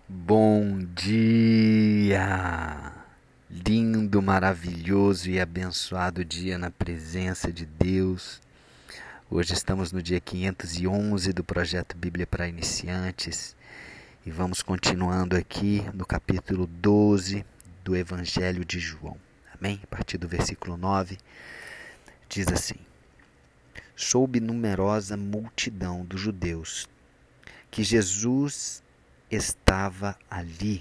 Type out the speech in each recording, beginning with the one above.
Bom dia! Lindo, maravilhoso e abençoado dia na presença de Deus. Hoje estamos no dia 511 do projeto Bíblia para Iniciantes e vamos continuando aqui no capítulo 12 do Evangelho de João. Amém? A partir do versículo 9, diz assim: Soube numerosa multidão dos judeus que Jesus estava ali.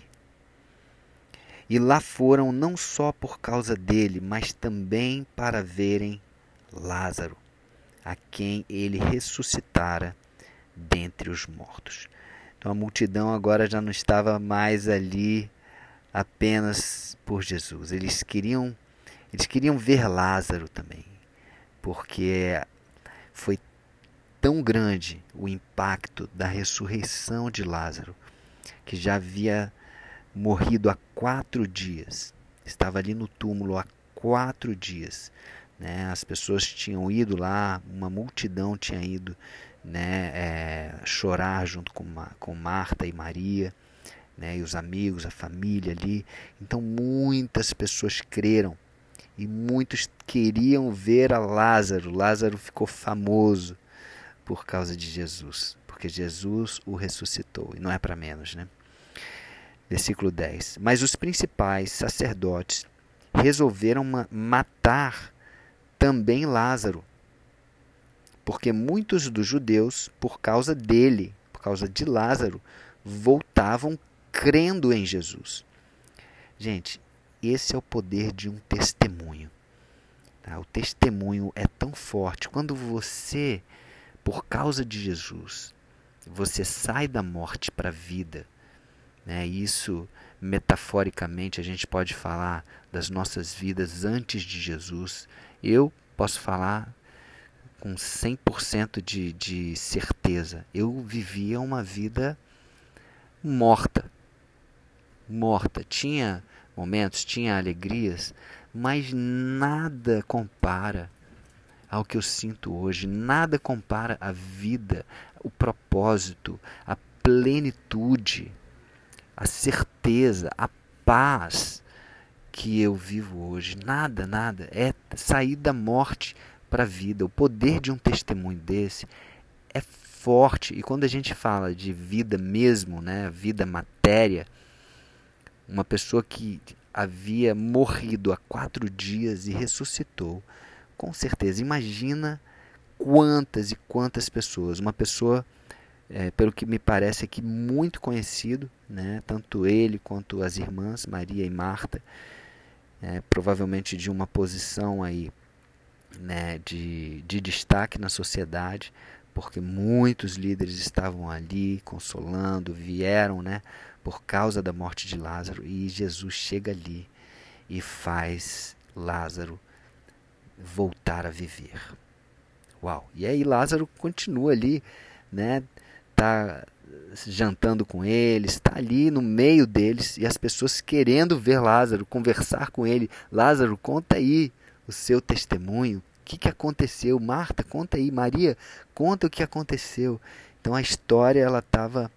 E lá foram não só por causa dele, mas também para verem Lázaro, a quem ele ressuscitara dentre os mortos. Então a multidão agora já não estava mais ali apenas por Jesus. Eles queriam ver Lázaro também, porque foi tão grande o impacto da ressurreição de Lázaro, que já havia morrido há 4 dias. Estava ali no túmulo há 4 dias. Né? As pessoas tinham ido lá, uma multidão tinha ido, né, chorar junto com Marta e Maria, né, e os amigos, a família ali. Então muitas pessoas creram e muitos queriam ver a Lázaro. Lázaro ficou famoso por causa de Jesus, porque Jesus o ressuscitou, e não é para menos, né? Versículo 10. Mas os principais sacerdotes resolveram matar também Lázaro, porque muitos dos judeus, por causa dele, por causa de Lázaro, voltavam crendo em Jesus. Gente, esse é o poder de um testemunho. Tá? O testemunho é tão forte. Quando você, por causa de Jesus, você sai da morte para a vida, né? Isso, metaforicamente, a gente pode falar das nossas vidas antes de Jesus. Eu posso falar com 100% de certeza. Eu vivia uma vida morta. Morta. Tinha momentos, tinha alegrias, mas nada compara ao que eu sinto hoje. Nada compara a vida, o propósito, a plenitude, a certeza, a paz que eu vivo hoje. Nada, nada. É sair da morte para a vida. O poder de um testemunho desse é forte. E quando a gente fala de vida mesmo, né, vida matéria, uma pessoa que havia morrido há 4 dias e ressuscitou, com certeza. Imagina quantas e quantas pessoas. Uma pessoa, pelo que me parece aqui, muito conhecido, né? Tanto ele quanto as irmãs, Maria e Marta, provavelmente de uma posição aí, né, de destaque na sociedade, porque muitos líderes estavam ali consolando, vieram, né, por causa da morte de Lázaro, e Jesus chega ali e faz Lázaro voltar a viver. Uau! E aí Lázaro continua ali, né? Tá jantando com eles, está ali no meio deles, e as pessoas querendo ver Lázaro, conversar com ele. Lázaro, conta aí o seu testemunho. O que aconteceu? Marta, conta aí. Maria, conta o que aconteceu. Então a história ela estava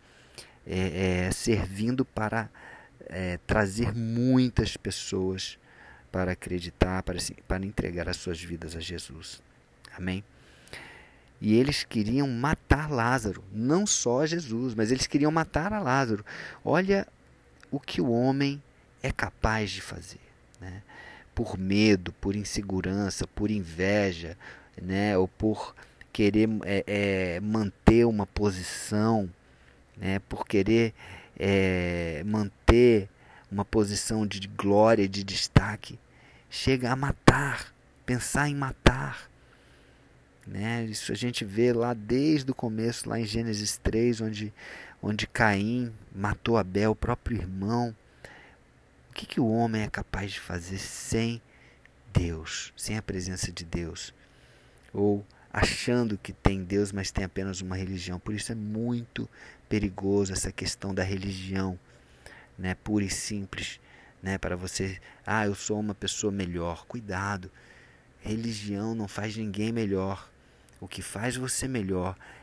servindo para trazer muitas pessoas para acreditar, para entregar as suas vidas a Jesus. Amém? E eles queriam matar Lázaro, não só Jesus, mas eles queriam matar a Lázaro. Olha o que o homem é capaz de fazer, né? Por medo, por insegurança, por inveja, né? Ou por querer manter uma posição, né? Por querer manter uma posição de glória, de destaque, chega a matar, pensar em matar. Né? Isso a gente vê lá desde o começo, lá em Gênesis 3, onde Caim matou Abel, o próprio irmão. O que o homem é capaz de fazer sem Deus, sem a presença de Deus? Ou achando que tem Deus, mas tem apenas uma religião. Por isso é muito perigoso essa questão da religião, né? Pura e simples, né? Para você, eu sou uma pessoa melhor. Cuidado, religião não faz ninguém melhor. O que faz você melhor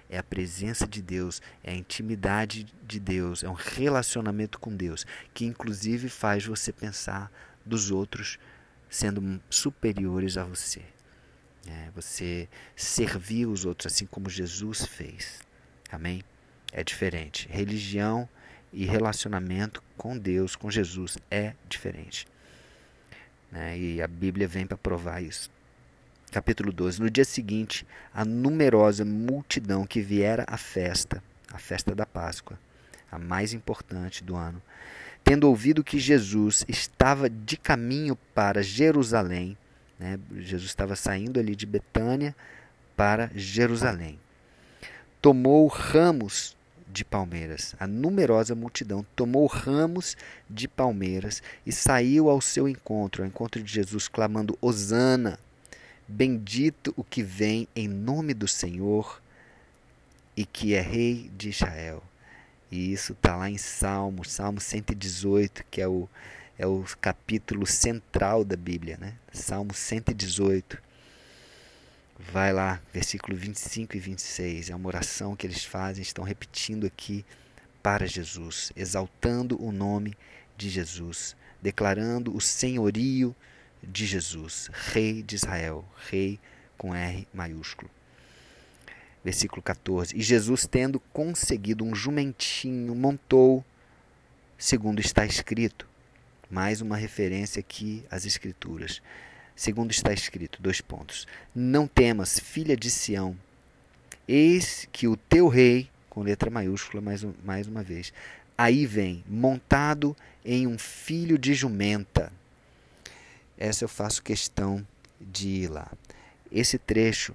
é a presença de Deus, é a intimidade de Deus, é um relacionamento com Deus, que inclusive faz você pensar dos outros sendo superiores a você. Você servir os outros assim como Jesus fez. Amém? É diferente. Religião e relacionamento com Deus, com Jesus, é diferente. E a Bíblia vem para provar isso. Capítulo 12. No dia seguinte, a numerosa multidão que viera à festa, a festa da Páscoa, a mais importante do ano, tendo ouvido que Jesus estava de caminho para Jerusalém, Jesus estava saindo ali de Betânia para Jerusalém, tomou ramos de palmeiras. A numerosa multidão tomou ramos de palmeiras e saiu ao seu encontro, ao encontro de Jesus, clamando: Hosana, bendito o que vem em nome do Senhor e que é rei de Israel. E isso está lá em Salmo 118, que é o capítulo central da Bíblia, Salmo 118. Vai lá, versículo 25 e 26. É uma oração que eles fazem, estão repetindo aqui para Jesus, exaltando o nome de Jesus, declarando o senhorio de Jesus, Rei de Israel, Rei com R maiúsculo. Versículo 14. E Jesus, tendo conseguido um jumentinho, montou, segundo está escrito. Mais uma referência aqui às Escrituras. Segundo está escrito, : Não temas, filha de Sião, eis que o teu rei, com letra maiúscula mais uma vez, aí vem, montado em um filho de jumenta. Essa eu faço questão de ir lá. Esse trecho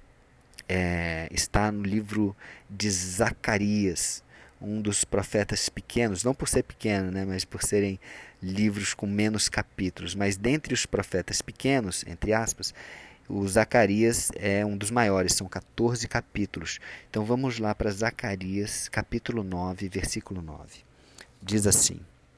está no livro de Zacarias, um dos profetas pequenos, não por ser pequeno, mas por serem livros com menos capítulos. Mas dentre os profetas pequenos, entre aspas, o Zacarias é um dos maiores, são 14 capítulos. Então vamos lá para Zacarias, capítulo 9, versículo 9. Diz assim: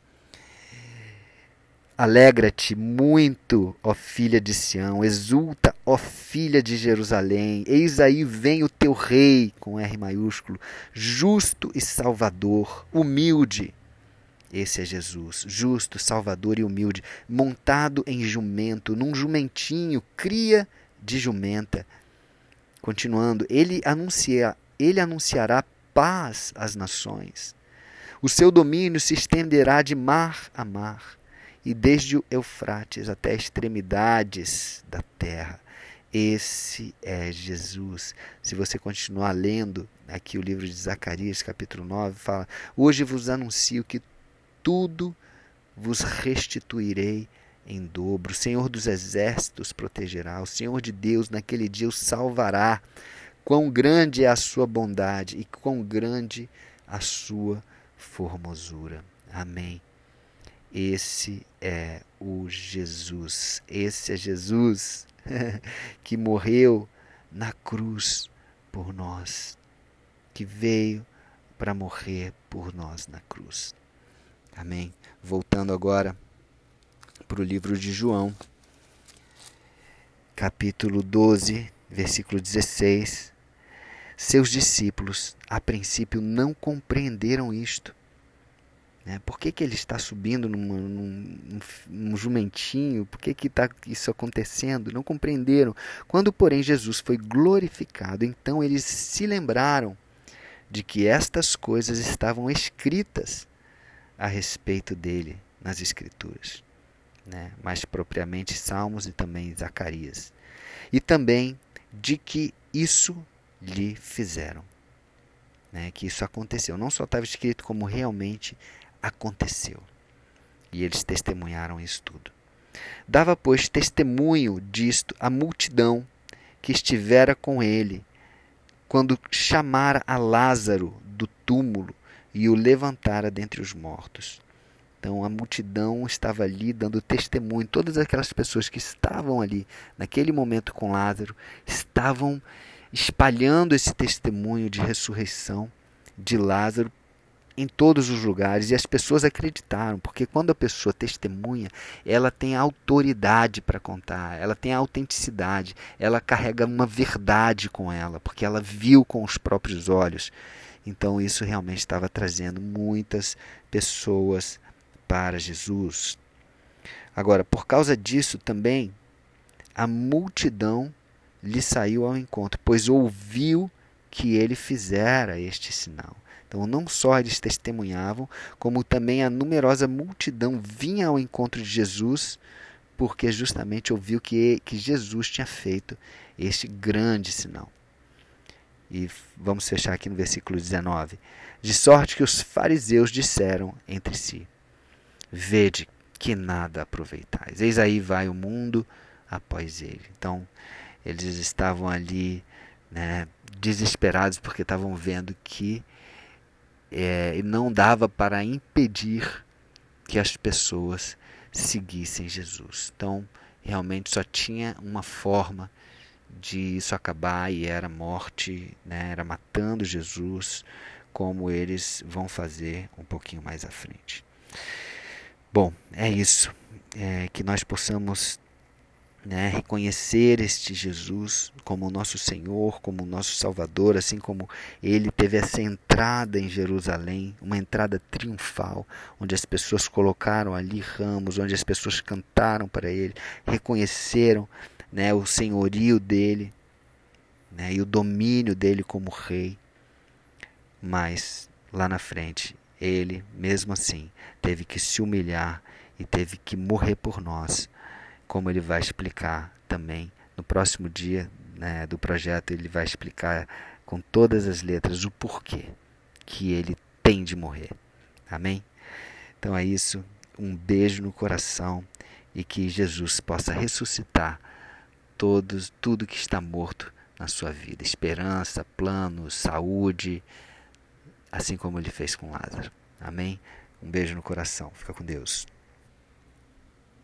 Alegra-te muito, ó filha de Sião, exulta, ó filha de Jerusalém, eis aí vem o teu rei, com R maiúsculo, justo e salvador, humilde. Esse é Jesus, justo, salvador e humilde, montado em jumento, num jumentinho, cria de jumenta. Continuando, ele anunciará paz às nações. O seu domínio se estenderá de mar a mar, e desde o Eufrates até extremidades da terra. Esse é Jesus. Se você continuar lendo aqui o livro de Zacarias, capítulo 9, fala: Hoje vos anuncio que tudo vos restituirei em dobro. O Senhor dos exércitos protegerá. O Senhor de Deus naquele dia o salvará. Quão grande é a sua bondade e quão grande a sua formosura. Amém. Esse é o Jesus. Esse é Jesus que morreu na cruz por nós, que veio para morrer por nós na cruz. Amém. Voltando agora para o livro de João, capítulo 12, versículo 16. Seus discípulos, a princípio, não compreenderam isto. Por que ele está subindo num jumentinho? Por que está isso acontecendo? Não compreenderam. Quando, porém, Jesus foi glorificado, então eles se lembraram de que estas coisas estavam escritas a respeito dele nas Escrituras, mais propriamente Salmos e também Zacarias, e também de que isso lhe fizeram, que isso aconteceu. Não só estava escrito, como realmente aconteceu. E eles testemunharam isso tudo. Dava, pois, testemunho disto a multidão que estivera com ele, quando chamara a Lázaro do túmulo e o levantara dentre os mortos. Então a multidão estava ali dando testemunho. Todas aquelas pessoas que estavam ali naquele momento com Lázaro estavam espalhando esse testemunho de ressurreição de Lázaro em todos os lugares, e as pessoas acreditaram, porque quando a pessoa testemunha, ela tem autoridade para contar, ela tem autenticidade, ela carrega uma verdade com ela, porque ela viu com os próprios olhos. Então isso realmente estava trazendo muitas pessoas para Jesus. Agora, por causa disso também, a multidão lhe saiu ao encontro, pois ouviu que ele fizera este sinal. Então, não só eles testemunhavam, como também a numerosa multidão vinha ao encontro de Jesus, porque justamente ouviu que Jesus tinha feito este grande sinal. E vamos fechar aqui no versículo 19. De sorte que os fariseus disseram entre si: vede que nada aproveitais. Eis aí vai o mundo após ele. Então, eles estavam ali, né, desesperados, porque estavam vendo que não dava para impedir que as pessoas seguissem Jesus. Então, realmente só tinha uma forma de isso acabar, e era morte, né, era matando Jesus, como eles vão fazer um pouquinho mais à frente. Bom, é isso. Que nós possamos, né, reconhecer este Jesus como o nosso Senhor, como o nosso Salvador, assim como ele teve essa entrada em Jerusalém, uma entrada triunfal, onde as pessoas colocaram ali ramos, onde as pessoas cantaram para ele, reconheceram, né, o senhorio dele, né, e o domínio dele como rei. Mas lá na frente, ele, mesmo assim, teve que se humilhar e teve que morrer por nós, como ele vai explicar também no próximo dia, né, do projeto. Ele vai explicar com todas as letras o porquê que ele tem de morrer. Amém? Então é isso. Um beijo no coração, e que Jesus possa ressuscitar tudo que está morto na sua vida. Esperança, planos, saúde, assim como ele fez com Lázaro. Amém? Um beijo no coração. Fica com Deus.